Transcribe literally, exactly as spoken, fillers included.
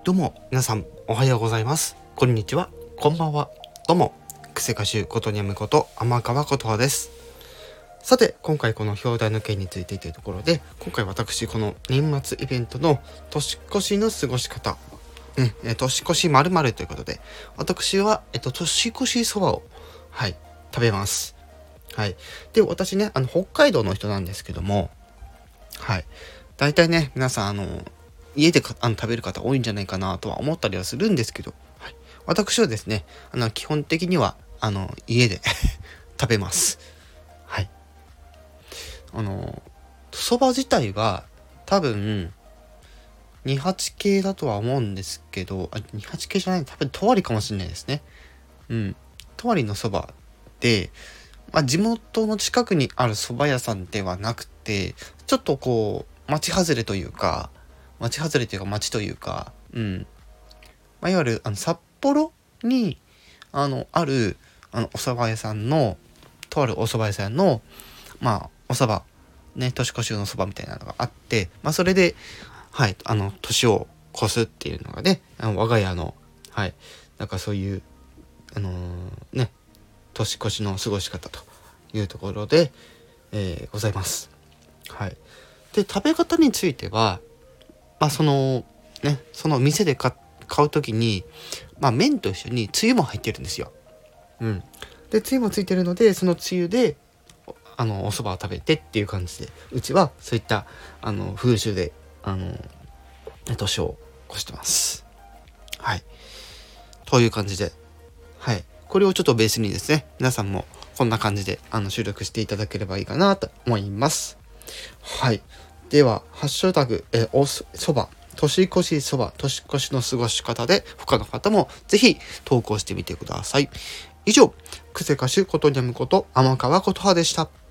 どうも皆さんおはようございます。こんにちは、こんばんは。どうもクセ歌手ことにゃむこと天川琴葉です。さて今回この表題の件についてというところで、今回私この年末イベントの年越しの過ごし方、ね、年越し〇〇ということで、私は、えっと、年越しそばをはい食べます。はい。で私ね、あの北海道の人なんですけども、はい大体ね皆さんあの家でかあの食べる方多いんじゃないかなとは思ったりはするんですけど、はい、私はですねあの基本的にはあの家で食べます。はい。あのそば自体は多分にじゅうはち系だとは思うんですけど、あにじゅうはち系じゃない、多分とわりかもしれないですね。うんとわりのそばで、まあ、地元の近くにある蕎麦屋さんではなくて、ちょっとこう町外れというか町外れというか町というか、うんまあ、いわゆるあの札幌にあのあるあのお蕎麦屋さんのとあるお蕎麦屋さんのまあお蕎麦ね年越しの蕎麦みたいなのがあって、まあそれではいあの年を越すっていうのがね、あの我が家のはいなんかそういうあのー、ね年越しの過ごし方というところで、えー、ございます。はい。で食べ方については、まあそのねその店で買買うときに、まあ麺と一緒につゆも入ってるんですよ。うん。でつゆもついてるので、そのつゆであのお蕎麦を食べてっていう感じで、うちはそういったあの風習であの年を越してます。はい。という感じで、はい。これをちょっとベースにですね、皆さんもこんな感じであの収録していただければいいかなと思います。はい。では、ハッシュタグ、えおそば、年越しそば、年越しの過ごし方で、他の方もぜひ投稿してみてください。以上、クセ歌手ことにゃむこと天川琴葉でした。